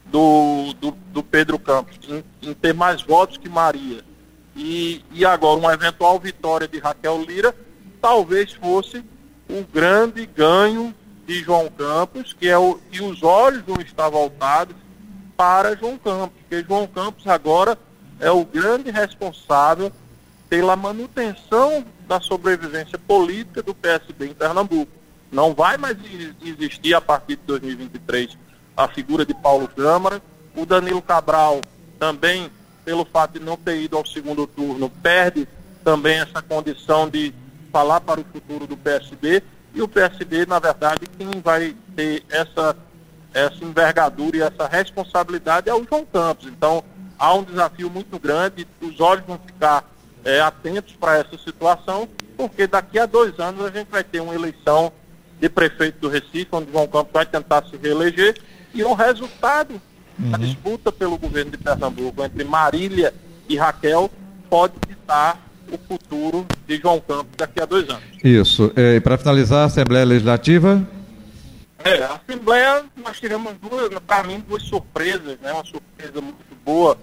do Pedro Campos, em ter mais votos que Maria, e agora uma eventual vitória de Raquel Lira, talvez fosse o grande ganho de João Campos, e os olhos vão estar voltados para João Campos, porque João Campos agora é o grande responsável pela manutenção da sobrevivência política do PSB em Pernambuco. Não vai mais existir a partir de 2023 a figura de Paulo Câmara. O Danilo Cabral também, pelo fato de não ter ido ao segundo turno, perde também essa condição de falar para o futuro do PSB. E o PSB, na verdade, quem vai ter essa envergadura e essa responsabilidade é o João Campos. Então, há um desafio muito grande, os olhos vão ficar atentos para essa situação, porque daqui a 2 anos a gente vai ter uma eleição de prefeito do Recife, onde João Campos vai tentar se reeleger, e o resultado da disputa pelo governo de Pernambuco entre Marília e Raquel pode ditar o futuro de João Campos daqui a 2 anos. Isso. E para finalizar, a Assembleia Legislativa? A Assembleia, nós tivemos para mim, duas surpresas, né? Uma surpresa muito boa,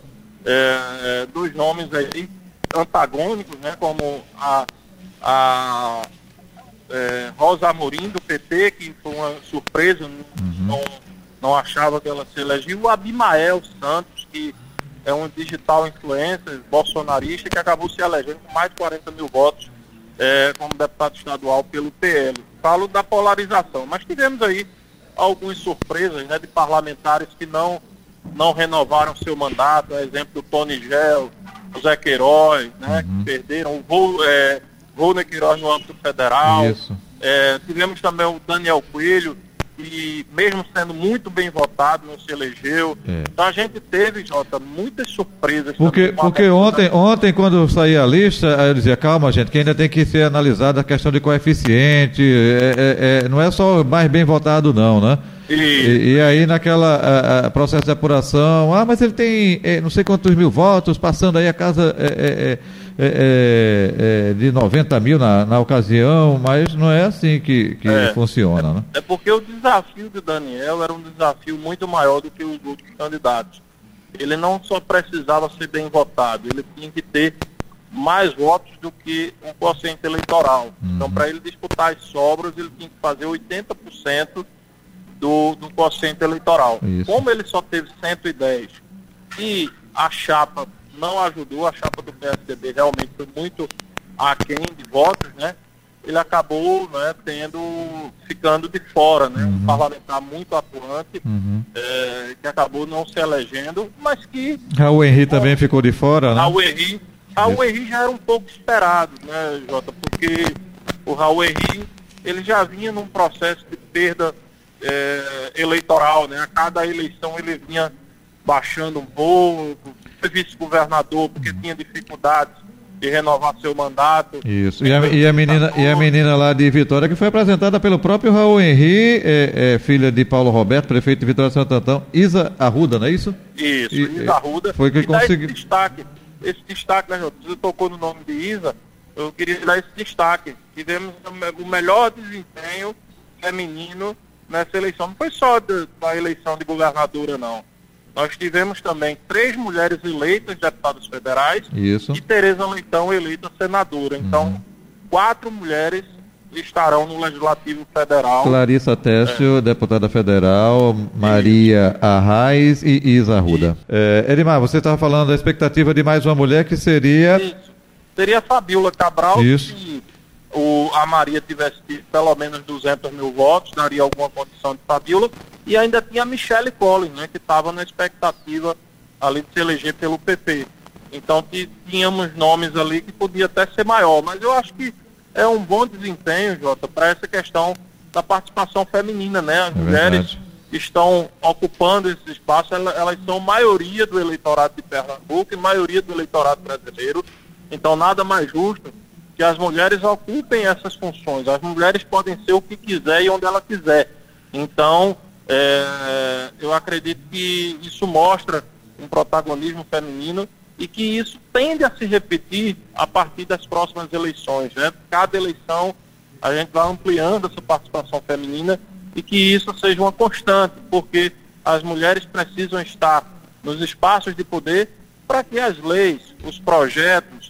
2 nomes aí antagônicos, né? Como a Rosa Amorim, do PT, que foi uma surpresa, não achava que ela se elegiu. O Abimael Santos, que é um digital influencer bolsonarista, que acabou se elegendo com mais de 40 mil votos como deputado estadual pelo PL. Falo da polarização, mas tivemos aí algumas surpresas, né, de parlamentares que não renovaram seu mandato, exemplo do Tony Gel, o Zé Queiroz, né, que perderam, o Volney Queiroz no âmbito federal. Isso. Tivemos também o Daniel Coelho, e mesmo sendo muito bem votado, não se elegeu. Então a gente teve, Jota, muitas surpresas. Porque ontem, quando saía a lista, eu dizia, calma, gente, que ainda tem que ser analisada a questão de coeficiente, não é só o mais bem votado, não, né? E aí naquela processo de apuração, mas ele tem não sei quantos mil votos, passando aí a casa de 90 mil na ocasião, mas não é assim que funciona, né? É porque o desafio de Daniel era um desafio muito maior do que os outros candidatos. Ele não só precisava ser bem votado, ele tinha que ter mais votos do que um quociente eleitoral. Então, para ele disputar as sobras, ele tinha que fazer 80% do quociente eleitoral. Isso. Como ele só teve 110 e a chapa não ajudou, a chapa do PSDB realmente foi muito aquém de votos, né? Ele acabou, né, ficando de fora, né? Um parlamentar muito atuante, que acabou não se elegendo, mas que... Raul Henry também ficou de fora, né? Raul Henry já era um pouco esperado, né, Jota? Porque o Raul Henry, ele já vinha num processo de perda eleitoral, né? A cada eleição ele vinha baixando um pouco, foi vice-governador porque tinha dificuldades de renovar seu mandato. Isso. E a menina lá de Vitória, que foi apresentada pelo próprio Raul Henry, filha de Paulo Roberto, prefeito de Vitória de Santo Antão, Isa Arruda, não é isso? Isso, Isa Arruda. Foi que conseguiu. Esse destaque, né, Jota? Você tocou no nome de Isa, eu queria dar esse destaque. Tivemos o melhor desempenho feminino nessa eleição. Não foi só da eleição de governadora, não. Nós tivemos também 3 mulheres eleitas deputadas federais. Isso. E Tereza Leitão eleita senadora. Então, 4 mulheres estarão no Legislativo Federal. Clarissa Técio, deputada federal, Maria Arraes e Isa Arruda. Edmar, você estava falando da expectativa de mais uma mulher que seria... Isso. Seria a Fabiola Cabral. Isso. Se a Maria tivesse tido pelo menos 200 mil votos, daria alguma condição de Fabiola. E ainda tinha a Michele Collins, né, que estava na expectativa ali de se eleger pelo PP. Então tínhamos nomes ali que podia até ser maior, mas eu acho que é um bom desempenho, Jota, para essa questão da participação feminina, né? As mulheres que estão ocupando esse espaço, elas são maioria do eleitorado de Pernambuco e maioria do eleitorado brasileiro. Então nada mais justo que as mulheres ocupem essas funções. As mulheres podem ser o que quiser e onde ela quiser. Então, eu acredito que isso mostra um protagonismo feminino e que isso tende a se repetir a partir das próximas eleições, né? Cada eleição a gente vai ampliando essa participação feminina e que isso seja uma constante, porque as mulheres precisam estar nos espaços de poder para que as leis, os projetos,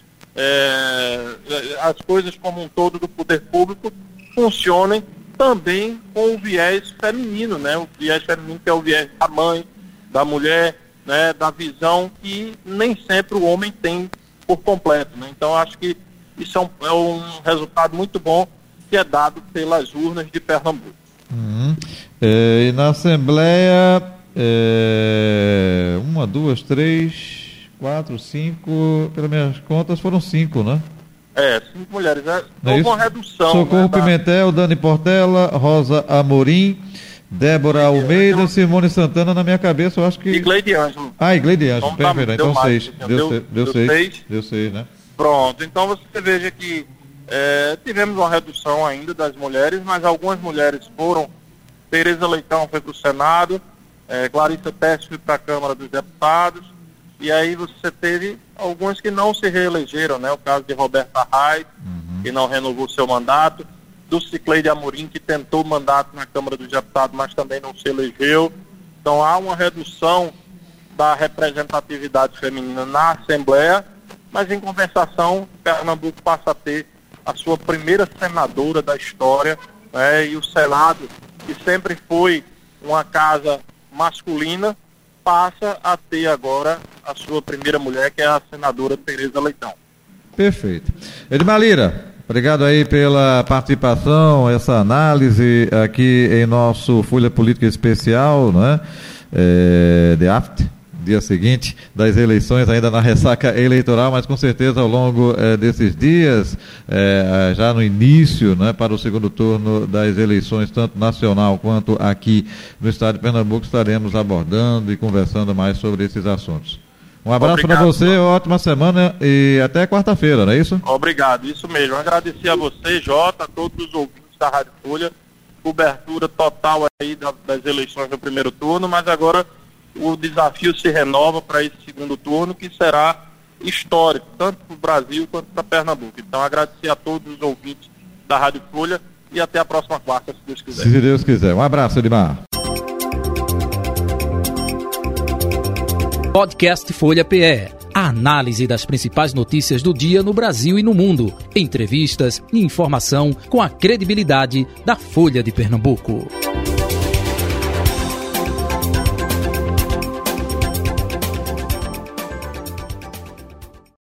as coisas como um todo do poder público funcionem também com o viés feminino, né? O viés feminino que é o viés da mãe, da mulher, né? Da visão que nem sempre o homem tem por completo, né? Então acho que isso é um resultado muito bom que é dado pelas urnas de Pernambuco. E na Assembleia, 1, 2, 3, 4, 5, pelas minhas contas foram 5, né? 5 mulheres. Houve uma redução. Socorro Pimentel, Dani Portela, Rosa Amorim, Débora Almeida, Simone Santana, na minha cabeça, eu acho que... E Gleide Ângelo. E Gleide Ângelo, perfeito. Então 6. Deu 6. Deu 6, né? Pronto, então você veja que tivemos uma redução ainda das mulheres, mas algumas mulheres foram. Tereza Leitão foi para o Senado, Clarissa Técio foi para a Câmara dos Deputados, e aí você teve algumas que não se reelegeram, né? O caso de Roberta Arraes, que não renovou seu mandato, do Cicleide Amorim, que tentou mandato na Câmara dos Deputados, mas também não se elegeu. Então há uma redução da representatividade feminina na Assembleia, mas em compensação, Pernambuco passa a ter a sua primeira senadora da história, né? E o Senado, que sempre foi uma casa masculina, passa a ter agora a sua primeira mulher, que é a senadora Tereza Leitão. Perfeito. Edmar Lira, obrigado aí pela participação, essa análise aqui em nosso Folha Política Especial, né? The Aft dia seguinte das eleições, ainda na ressaca eleitoral, mas com certeza ao longo desses dias, já no início, né, para o segundo turno das eleições, tanto nacional quanto aqui no estado de Pernambuco, estaremos abordando e conversando mais sobre esses assuntos. Um abraço para você, ótima semana e até quarta-feira, não é isso? Obrigado, isso mesmo. Agradecer a você, Jota, a todos os ouvintes da Rádio Folha, cobertura total aí das eleições no primeiro turno, mas agora o desafio se renova para esse segundo turno, que será histórico, tanto para o Brasil quanto para Pernambuco. Então, agradecer a todos os ouvintes da Rádio Folha e até a próxima quarta, se Deus quiser. Se Deus quiser. Um abraço, Edmar. Podcast Folha PE. A análise das principais notícias do dia no Brasil e no mundo. Entrevistas e informação com a credibilidade da Folha de Pernambuco.